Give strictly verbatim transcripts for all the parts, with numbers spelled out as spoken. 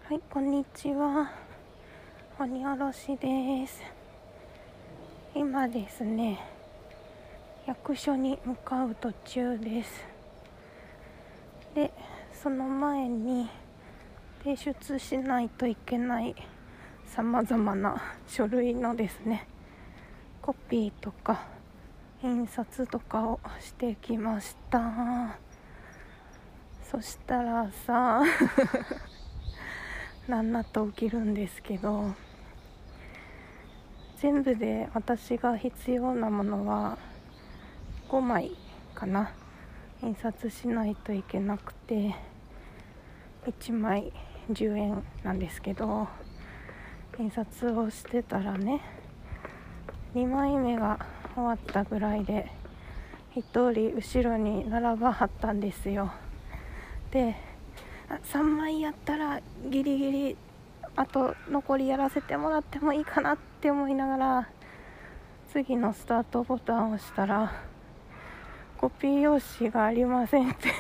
はい、こんにちは。鬼おろしです。今ですね、役所に向かう途中です。で、その前に提出しないといけないさまざまな書類のですね、コピーとか印刷とかをしてきました。そしたらさなんなと起きるんですけど、全部で私が必要なものはごまいかな、印刷しないといけなくて、いちまいじゅうえんなんですけど、印刷をしてたらね、にまいめが終わったぐらいでひとり後ろに並ばはったんですよ。で、さんまいやったらギリギリあと残りやらせてもらってもいいかなって思いながら、次のスタートボタンを押したらコピー用紙がありませんって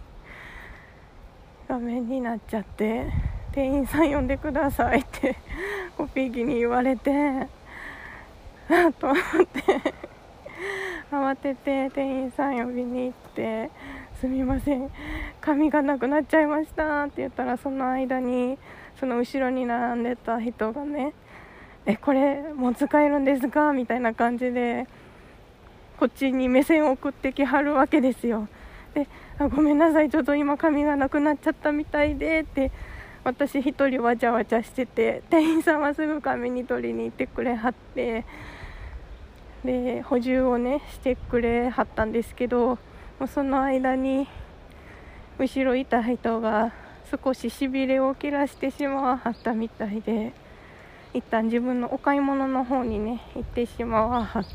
画面になっちゃって、店員さん呼んでくださいってコピー機に言われて、あと思って慌てて店員さん呼びに行って、すみません、紙がなくなっちゃいましたって言ったら、その間にその後ろに並んでた人がね、えこれもう使えるんですかみたいな感じでこっちに目線を送ってきはるわけですよ。で、あごめんなさい、ちょっと今紙がなくなっちゃったみたいでって、私一人わちゃわちゃしてて、店員さんはすぐ紙に取りに行ってくれはって、で補充をねしてくれはったんですけど、もうその間に後ろいた人が少ししびれを切らしてしまわはったみたいで、一旦自分のお買い物の方にね行ってしまわはって、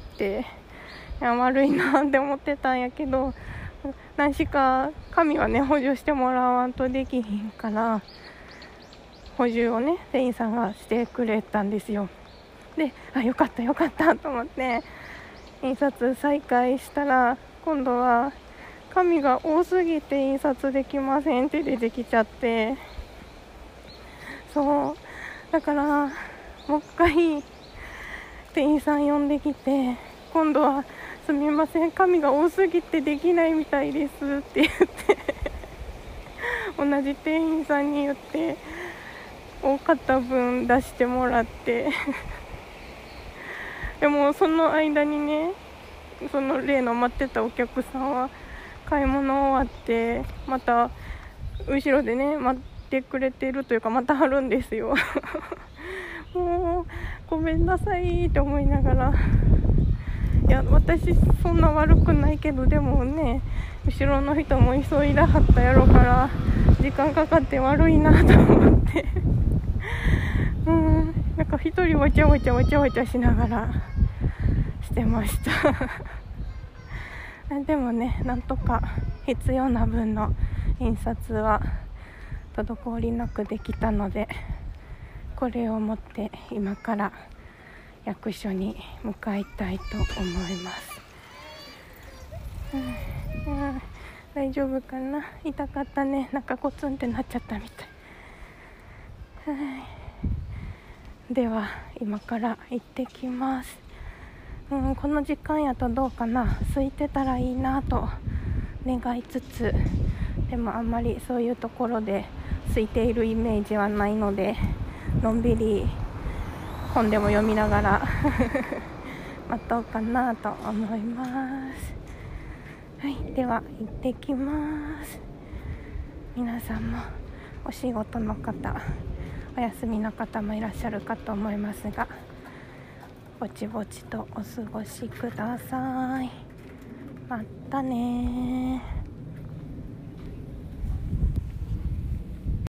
いや悪いなって思ってたんやけど、何しか紙はね補充してもらわんとできひんから、補充をね店員さんがしてくれたんですよ。で、あよかったよかったと思って印刷再開したら、今度は紙が多すぎて印刷できませんって出てきちゃって、そうだからもう一回店員さん呼んできて、今度はすみません、紙が多すぎてできないみたいですって言って同じ店員さんに言って多かった分出してもらってでもその間にね、その例の待ってたお客さんは買い物終わってまた後ろでね待ってくれてるというか、またはるんですよもうごめんなさいって思いながら、いや私そんな悪くないけど、でもね後ろの人も急いだはったやろから時間かかって悪いなと思ってうんなんか一人わちゃわちゃわちゃわちゃしながらしてましたでもね、なんとか必要な分の印刷は滞りなくできたので、これを持って今から役所に向かいたいと思います、うんうん、大丈夫かな。痛かったね、なんかコツンってなっちゃったみたい、はい、では今から行ってきます、うん、この時間やとどうかな、空いてたらいいなと願いつつ、でもあんまりそういうところで空いているイメージはないので、のんびり本でも読みながら待とうかなと思います。はい、では行ってきます。皆さんもお仕事の方、お休みの方もいらっしゃるかと思いますが、ぼちぼちとお過ごしください。またねー。